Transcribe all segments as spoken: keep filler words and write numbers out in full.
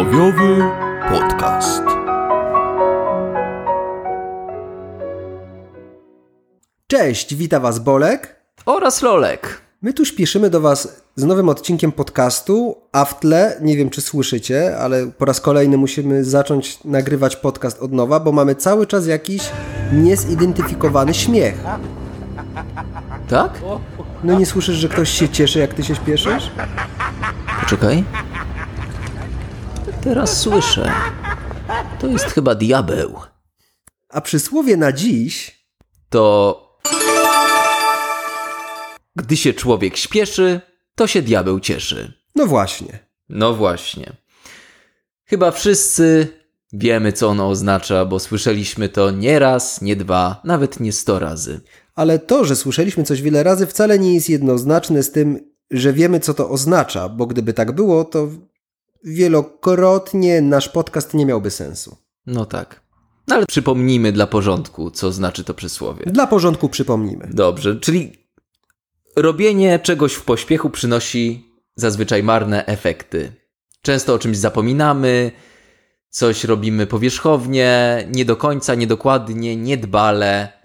Przysłowiowy podcast. Cześć, wita was Bolek oraz Lolek. My tu śpieszymy do was z nowym odcinkiem podcastu, a w tle, nie wiem czy słyszycie, ale po raz kolejny musimy zacząć nagrywać podcast od nowa, bo mamy cały czas jakiś niezidentyfikowany śmiech. Tak? No nie słyszysz, że ktoś się cieszy, jak ty się śpieszysz? Poczekaj. Teraz słyszę. To jest chyba diabeł. A przysłowie na dziś to... Gdy się człowiek śpieszy, to się diabeł cieszy. No właśnie. No właśnie. Chyba wszyscy wiemy, co ono oznacza, bo słyszeliśmy to nie raz, nie dwa, nawet nie sto razy. Ale to, że słyszeliśmy coś wiele razy, wcale nie jest jednoznaczne z tym, że wiemy, co to oznacza, bo gdyby tak było, to wielokrotnie nasz podcast nie miałby sensu. No tak. No ale przypomnijmy dla porządku, co znaczy to przysłowie. Dla porządku przypomnijmy. Dobrze, czyli robienie czegoś w pośpiechu przynosi zazwyczaj marne efekty. Często o czymś zapominamy, coś robimy powierzchownie, nie do końca, niedokładnie, niedbale.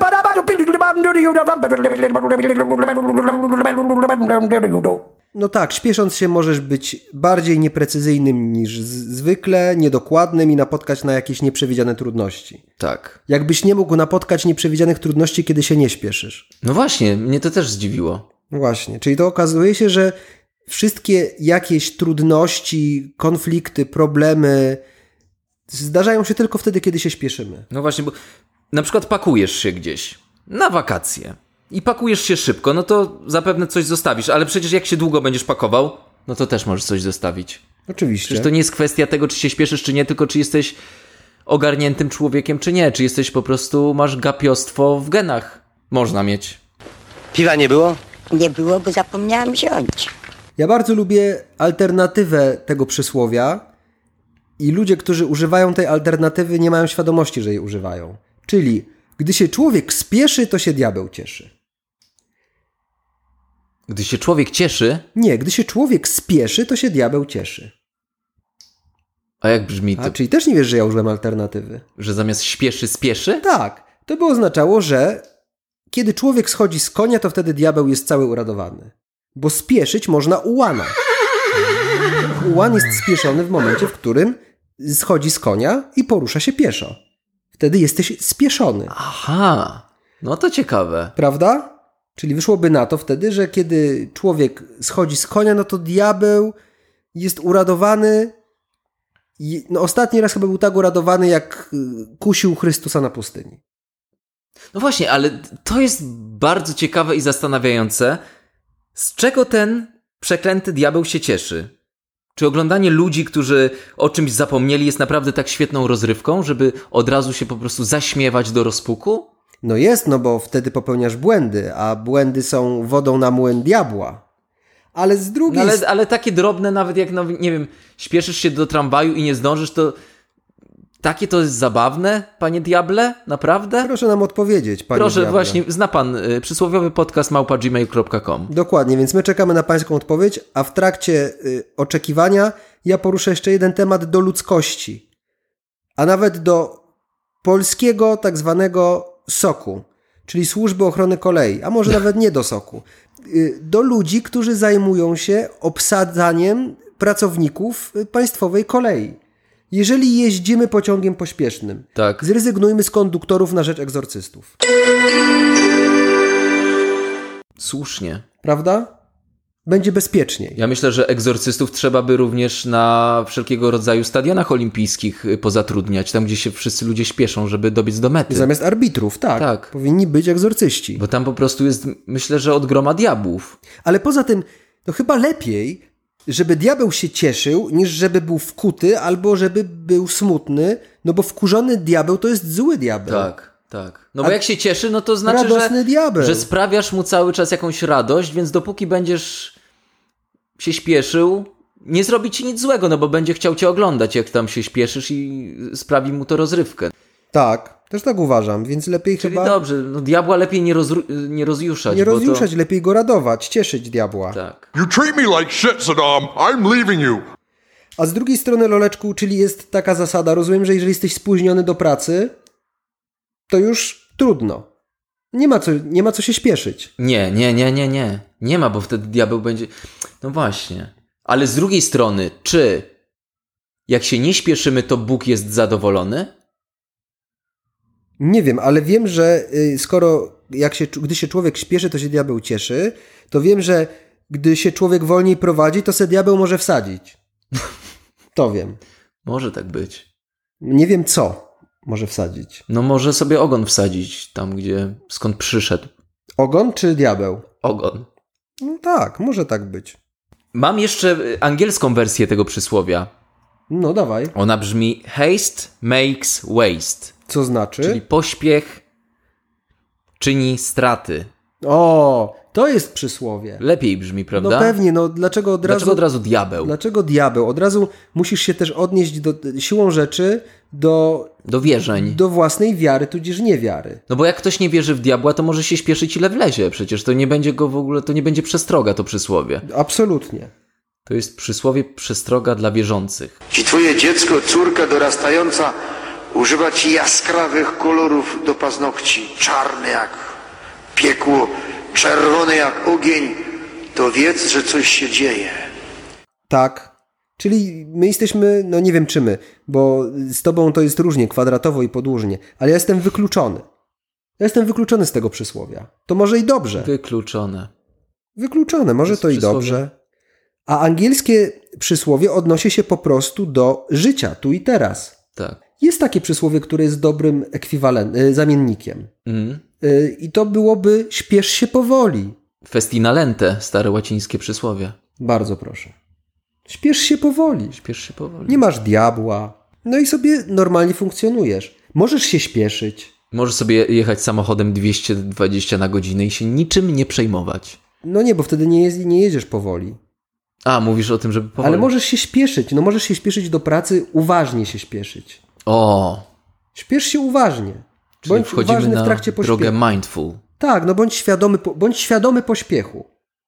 No tak, śpiesząc się możesz być bardziej nieprecyzyjnym niż z- zwykle, niedokładnym i napotkać na jakieś nieprzewidziane trudności. Tak. Jakbyś nie mógł napotkać nieprzewidzianych trudności, kiedy się nie śpieszysz. No właśnie, mnie to też zdziwiło. Właśnie, czyli to okazuje się, że wszystkie jakieś trudności, konflikty, problemy zdarzają się tylko wtedy, kiedy się śpieszymy. No właśnie, bo na przykład pakujesz się gdzieś na wakacje i pakujesz się szybko, no to zapewne coś zostawisz, ale przecież jak się długo będziesz pakował, no to też możesz coś zostawić. Oczywiście. Przecież to nie jest kwestia tego, czy się śpieszysz, czy nie, tylko czy jesteś ogarniętym człowiekiem, czy nie. Czy jesteś po prostu, masz gapiostwo w genach. Można mieć. Piwa nie było? Nie było, bo zapomniałam wziąć. Ja bardzo lubię alternatywę tego przysłowia i ludzie, którzy używają tej alternatywy, nie mają świadomości, że jej używają. Czyli, gdy się człowiek spieszy, to się diabeł cieszy. Gdy się człowiek cieszy... Nie, gdy się człowiek spieszy, to się diabeł cieszy. A jak brzmi to? A, czyli też nie wiesz, że ja użyłem alternatywy? Że zamiast śpieszy, spieszy? Tak, to by oznaczało, że kiedy człowiek schodzi z konia, to wtedy diabeł jest cały uradowany. Bo spieszyć można ułana. Ułan jest spieszony w momencie, w którym schodzi z konia i porusza się pieszo. Wtedy jesteś spieszony. Aha, no to ciekawe. Prawda? Czyli wyszłoby na to wtedy, że kiedy człowiek schodzi z konia, no to diabeł jest uradowany. No ostatni raz chyba był tak uradowany, jak kusił Chrystusa na pustyni. No właśnie, ale to jest bardzo ciekawe i zastanawiające. Z czego ten przeklęty diabeł się cieszy? Czy oglądanie ludzi, którzy o czymś zapomnieli, jest naprawdę tak świetną rozrywką, żeby od razu się po prostu zaśmiewać do rozpuku? No jest, no bo wtedy popełniasz błędy, a błędy są wodą na młyn diabła. Ale z drugiej No ale, strony... ale takie drobne, nawet jak, no, nie wiem, śpieszysz się do tramwaju i nie zdążysz, to takie to jest zabawne, panie diable? Naprawdę? Proszę nam odpowiedzieć, panie Proszę, diable. właśnie, zna pan y, przysłowiowy podcast małpa gmail kropka com. Dokładnie, więc my czekamy na pańską odpowiedź, a w trakcie y, oczekiwania ja poruszę jeszcze jeden temat do ludzkości. A nawet do polskiego tak zwanego soku, czyli Służby Ochrony Kolei, a może nawet nie do soku. Y, do ludzi, którzy zajmują się obsadzaniem pracowników y, państwowej kolei. Jeżeli jeździmy pociągiem pośpiesznym, Tak. zrezygnujmy z konduktorów na rzecz egzorcystów. Słusznie. Prawda? Będzie bezpieczniej. Ja myślę, że egzorcystów trzeba by również na wszelkiego rodzaju stadionach olimpijskich y, pozatrudniać, tam gdzie się wszyscy ludzie śpieszą, żeby dobiec do mety. Zamiast arbitrów, tak, Tak. powinni być egzorcyści. Bo tam po prostu jest, myślę, że od groma diabłów. Ale poza tym, to chyba lepiej, żeby diabeł się cieszył, niż żeby był wkuty, albo żeby był smutny, no bo wkurzony diabeł to jest zły diabeł. Tak, tak. No bo A jak się cieszy, no to znaczy, radosny że, diabeł. że sprawiasz mu cały czas jakąś radość, więc dopóki będziesz się śpieszył, nie zrobi ci nic złego, no bo będzie chciał cię oglądać, jak tam się śpieszysz i sprawi mu to rozrywkę. Tak, też tak uważam, więc lepiej Czyli chyba dobrze, no diabła lepiej nie, rozru- nie rozjuszać. nie bo rozjuszać, to... lepiej go radować, cieszyć diabła. Tak. You treat me like shit, Saddam. I'm leaving you. A z drugiej strony, Loleczku, czyli jest taka zasada, rozumiem, że jeżeli jesteś spóźniony do pracy, to już trudno. Nie ma co, nie ma co się śpieszyć. Nie, nie, nie, nie, nie. Nie ma, bo wtedy diabeł będzie... No właśnie. Ale z drugiej strony, czy jak się nie śpieszymy, to Bóg jest zadowolony? Nie wiem, ale wiem, że skoro jak się, gdy się człowiek śpieszy, to się diabeł cieszy, to wiem, że gdy się człowiek wolniej prowadzi, to se diabeł może wsadzić. To wiem. Może tak być. Nie wiem co może wsadzić. No może sobie ogon wsadzić tam, gdzie skąd przyszedł. Ogon czy diabeł? Ogon. No tak, może tak być. Mam jeszcze angielską wersję tego przysłowia. No dawaj. Ona brzmi haste makes waste. Co znaczy? Czyli pośpiech czyni straty. O, to jest przysłowie. Lepiej brzmi, prawda? No pewnie, no dlaczego od razu... Dlaczego od razu diabeł? Dlaczego diabeł? Od razu musisz się też odnieść do, siłą rzeczy do... Do wierzeń. Do własnej wiary, tudzież niewiary. No bo jak ktoś nie wierzy w diabła, to może się śpieszyć ile wlezie. Przecież to nie będzie go w ogóle, to nie będzie przestroga to przysłowie. Absolutnie. To jest przysłowie przestroga dla wierzących. Czy twoje dziecko, córka dorastająca używa ci jaskrawych kolorów do paznokci, czarny jak piekło, czerwony jak ogień, to wiedz, że coś się dzieje. Tak. Czyli my jesteśmy, no nie wiem czy my, bo z tobą to jest różnie, kwadratowo i podłużnie, ale ja jestem wykluczony. Ja jestem wykluczony z tego przysłowia. To może i dobrze. Wykluczone. Wykluczone, może to, to i przysłowie. dobrze. A angielskie przysłowie odnosi się po prostu do życia, tu i teraz. Tak. Jest takie przysłowie, które jest dobrym ekwiwalentem, zamiennikiem. Mm. I to byłoby śpiesz się powoli. Festina lente, stare łacińskie przysłowie. Bardzo proszę. Śpiesz się powoli. Śpiesz się powoli. Nie masz diabła. No i sobie normalnie funkcjonujesz. Możesz się śpieszyć. Możesz sobie jechać samochodem dwieście dwadzieścia na godzinę i się niczym nie przejmować. No nie, bo wtedy nie, jest, nie jedziesz powoli. A, mówisz o tym, żeby powoli. Ale możesz się śpieszyć. No możesz się śpieszyć do pracy, uważnie się śpieszyć. O! Śpiesz się uważnie. Czyli Bądź wchodzimy uważny na w trakcie pośpiechu. drogę mindful. Tak, no bądź świadomy, bądź świadomy pośpiechu.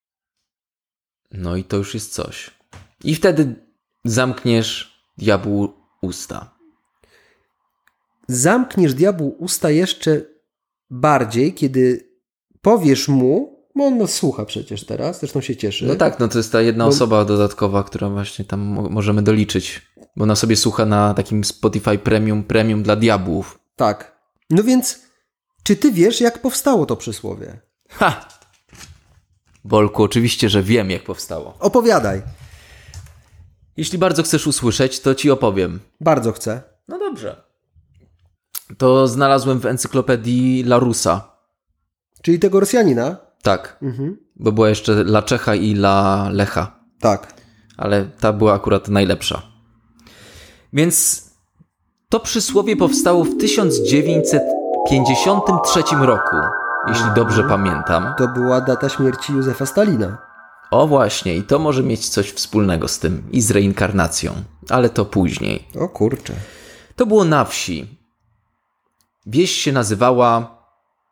No i to już jest coś. I wtedy zamkniesz diabłu usta. Zamkniesz diabłu usta jeszcze bardziej, kiedy powiesz mu, bo on nas słucha przecież teraz, zresztą się cieszy. No tak, no to jest ta jedna Bo... osoba dodatkowa, która właśnie tam mo- możemy doliczyć. Bo ona sobie słucha na takim Spotify Premium, Premium dla diabłów. Tak. No więc, czy ty wiesz, jak powstało to przysłowie? Ha! Bolku, oczywiście, że wiem, jak powstało. Opowiadaj. Jeśli bardzo chcesz usłyszeć, to ci opowiem. Bardzo chcę. No dobrze. To znalazłem w encyklopedii Larusa. Czyli tego Rosjanina? Tak, Mhm. bo była jeszcze La Czecha i La Lecha. Tak. Ale ta była akurat najlepsza. Więc to przysłowie powstało w tysiąc dziewięćset pięćdziesiątym trzecim roku, jeśli dobrze pamiętam. To była data śmierci Józefa Stalina. O właśnie, i to może mieć coś wspólnego z tym i z reinkarnacją, ale to później. O kurczę. To było na wsi. Wieś się nazywała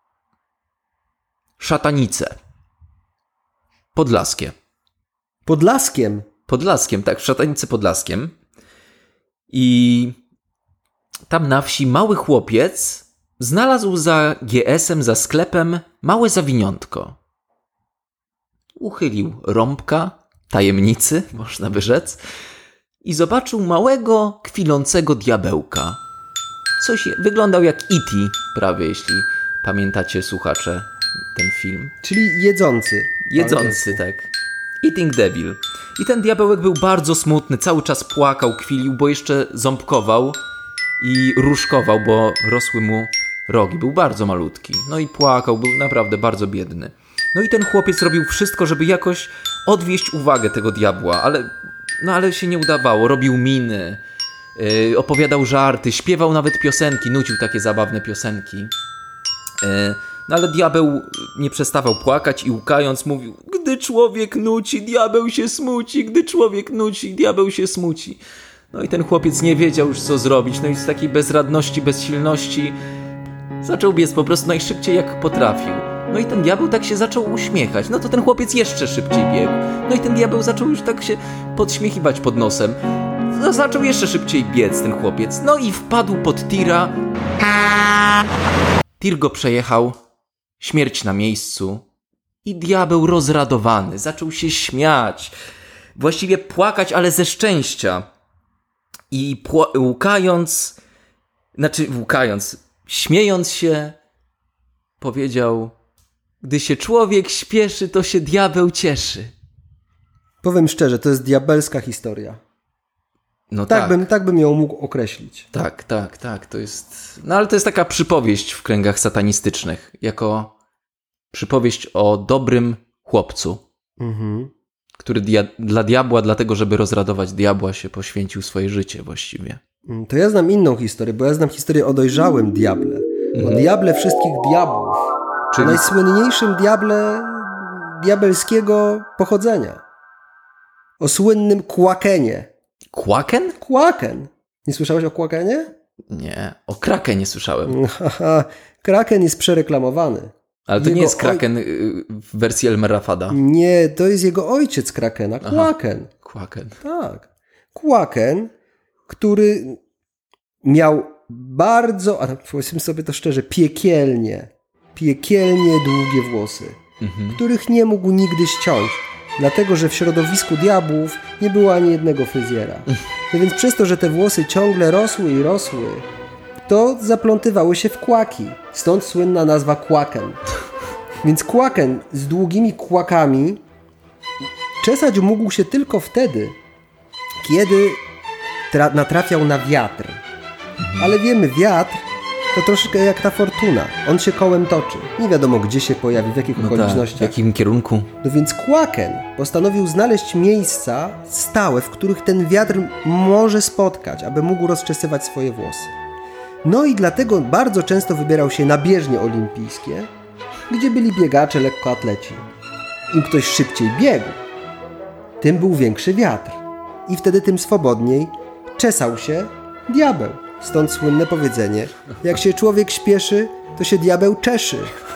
Szatanice. Podlaskie. Podlaskiem. Podlaskiem, tak, w Szatanicy Podlaskiem. I tam na wsi mały chłopiec znalazł za G S-em, za sklepem małe zawiniątko. Uchylił rąbka, tajemnicy, można by rzec, i zobaczył małego, kwilącego diabełka. Coś wyglądał jak E T prawie, jeśli pamiętacie, słuchacze, ten film. Czyli jedzący. Jedzący, tak. Eating Devil. I ten diabełek był bardzo smutny, cały czas płakał, kwilił, bo jeszcze ząbkował i różkował, bo rosły mu rogi. Był bardzo malutki. No i płakał, był naprawdę bardzo biedny. No i ten chłopiec robił wszystko, żeby jakoś odwieść uwagę tego diabła, ale, no ale się nie udawało. Robił miny, yy, opowiadał żarty, śpiewał nawet piosenki, nucił takie zabawne piosenki. Yy, No ale diabeł nie przestawał płakać i łkając mówił: gdy człowiek nuci, diabeł się smuci, gdy człowiek nuci, diabeł się smuci. No i ten chłopiec nie wiedział już co zrobić, no i z takiej bezradności, bezsilności zaczął biec po prostu najszybciej jak potrafił. No i ten diabeł tak się zaczął uśmiechać, no to ten chłopiec jeszcze szybciej biegł. No i ten diabeł zaczął już tak się podśmiechiwać pod nosem. no, zaczął jeszcze szybciej biec ten chłopiec. No i wpadł pod tira. Tir go przejechał. Śmierć na miejscu. I diabeł rozradowany zaczął się śmiać. Właściwie płakać, ale ze szczęścia. I pła- łkając, znaczy łkając, śmiejąc się, powiedział: gdy się człowiek śpieszy, to się diabeł cieszy. Powiem szczerze, to jest diabelska historia. No tak, tak, Bym, tak bym ją mógł określić. tak, tak, tak, to jest... No ale to jest taka przypowieść w kręgach satanistycznych, jako przypowieść o dobrym chłopcu, Mhm. który dia- dla diabła, dlatego żeby rozradować diabła, się poświęcił swoje życie właściwie. To ja znam inną historię, bo ja znam historię o dojrzałym diable. O diable wszystkich diabłów. Czyli- O najsłynniejszym diable diabelskiego pochodzenia. O słynnym Kłakenie. Kłaken? Kłaken. Nie słyszałeś o Kłakenie? Nie, o Krake nie słyszałem. Haha, Kraken jest przereklamowany. Ale to nie Jego jest Kraken oj... w wersji Elmer Rafada. Nie, to jest jego ojciec Krakena, Kłaken. Kłaken. Tak. Kłaken, który miał bardzo, a powiedzmy sobie to szczerze, piekielnie, piekielnie długie włosy, Mhm. których nie mógł nigdy ściąć, dlatego że w środowisku diabłów nie było ani jednego fryzjera. No więc przez to, że te włosy ciągle rosły i rosły, to zaplątywały się w kłaki. Stąd słynna nazwa Kłaken. Więc Kłaken z długimi kłakami czesać mógł się tylko wtedy, kiedy tra- natrafiał na wiatr. Ale wiemy, wiatr to troszkę jak ta fortuna. On się kołem toczy. Nie wiadomo, gdzie się pojawi, w jakich No tak, okolicznościach. w jakim kierunku? No więc Kłaken postanowił znaleźć miejsca stałe, w których ten wiatr może spotkać, aby mógł rozczesywać swoje włosy. No i dlatego bardzo często wybierał się na bieżnie olimpijskie, gdzie byli biegacze, lekkoatleci. Im ktoś szybciej biegł, tym był większy wiatr. I wtedy tym swobodniej czesał się diabeł. Stąd słynne powiedzenie: jak się człowiek śpieszy, to się diabeł czeszy.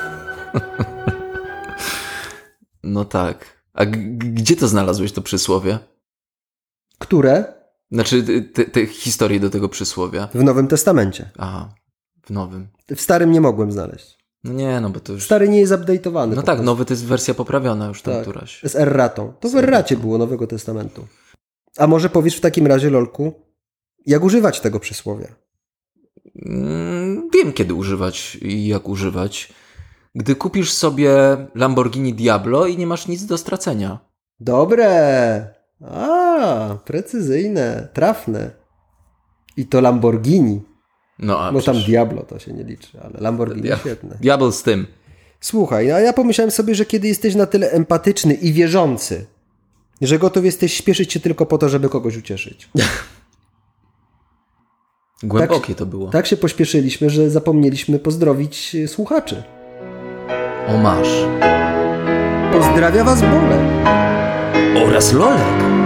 No tak. A g- g- gdzie to znalazłeś, to przysłowie? Które? Znaczy te, te historie do tego przysłowia. W Nowym Testamencie. Aha, w nowym. W starym nie mogłem znaleźć. No nie, no bo to już... Stary nie jest update'owany. No po tak, prostu. nowy to jest wersja poprawiona już tam Tak. któraś. Z erratą. To w erracie było Nowego Testamentu. A może powiesz w takim razie, Lolku, jak używać tego przysłowia? Mm, wiem, kiedy używać i jak używać. Gdy kupisz sobie Lamborghini Diablo i nie masz nic do stracenia. Dobre! A, precyzyjne, trafne. I to Lamborghini. No a Bo tam przecież- Diablo to się nie liczy, ale Lamborghini Dia- świetne. Diabeł z tym. Słuchaj, no a ja pomyślałem sobie, że kiedy jesteś na tyle empatyczny i wierzący, że gotów jesteś śpieszyć się tylko po to, żeby kogoś ucieszyć. Głębokie to było. Tak się pośpieszyliśmy, że zapomnieliśmy pozdrowić e, słuchaczy. O masz. Pozdrawia was Bolek. Oraz Lolek.